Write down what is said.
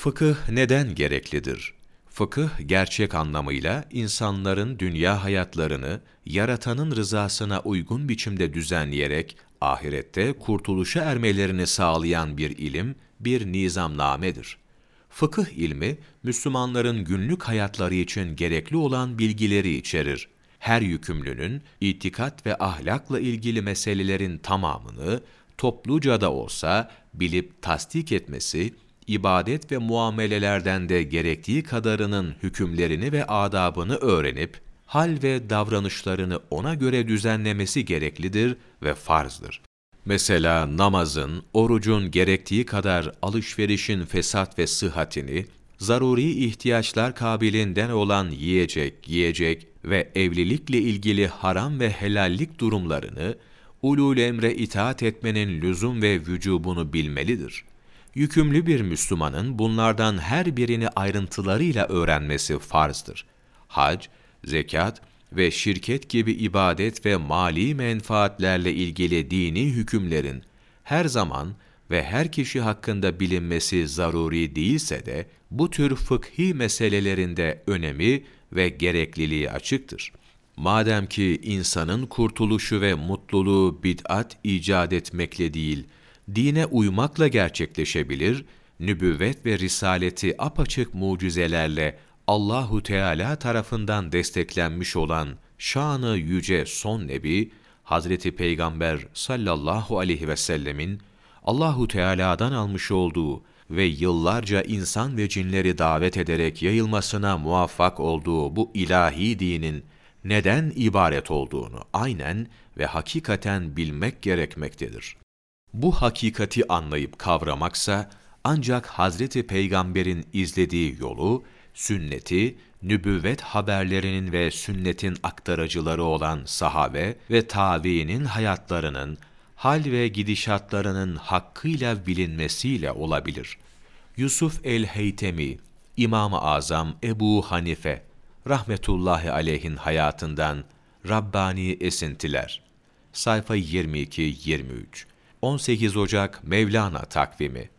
Fıkıh neden gereklidir? Fıkıh, gerçek anlamıyla insanların dünya hayatlarını Yaratan'ın rızasına uygun biçimde düzenleyerek ahirette kurtuluşa ermelerini sağlayan bir ilim, bir nizamnamedir. Fıkıh ilmi, Müslümanların günlük hayatları için gerekli olan bilgileri içerir. Her yükümlünün itikat ve ahlakla ilgili meselelerin tamamını topluca da olsa bilip tasdik etmesi, ibadet ve muamelelerden de gerektiği kadarının hükümlerini ve adabını öğrenip, hal ve davranışlarını ona göre düzenlemesi gereklidir ve farzdır. Mesela namazın, orucun gerektiği kadar alışverişin fesat ve sıhhatini, zaruri ihtiyaçlar kabilinden olan yiyecek, giyecek ve evlilikle ilgili haram ve helallik durumlarını, ulul emre itaat etmenin lüzum ve vücubunu bilmelidir. Yükümlü bir Müslümanın bunlardan her birini ayrıntılarıyla öğrenmesi farzdır. Hac, zekat ve şirket gibi ibadet ve mali menfaatlerle ilgili dini hükümlerin her zaman ve her kişi hakkında bilinmesi zaruri değilse de bu tür fıkhi meselelerinde önemi ve gerekliliği açıktır. Madem ki insanın kurtuluşu ve mutluluğu bid'at icat etmekle değil, dine uymakla gerçekleşebilir, nübüvvet ve risaleti apaçık mucizelerle Allahu Teala tarafından desteklenmiş olan şanı yüce son nebi Hazreti Peygamber sallallahu aleyhi ve sellemin Allahu Teala'dan almış olduğu ve yıllarca insan ve cinleri davet ederek yayılmasına muvaffak olduğu bu ilahi dinin neden ibaret olduğunu aynen ve hakikaten bilmek gerekmektedir. Bu hakikati anlayıp kavramaksa ancak Hazreti Peygamber'in izlediği yolu, sünneti, nübüvvet haberlerinin ve sünnetin aktarıcıları olan sahabe ve tabiinin hayatlarının, hal ve gidişatlarının hakkıyla bilinmesiyle olabilir. Yusuf el-Heytemi, İmam-ı Azam Ebu Hanife, rahmetullahi aleyhin hayatından Rabbani esintiler. Sayfa 22-23 18 Ocak Mevlana takvimi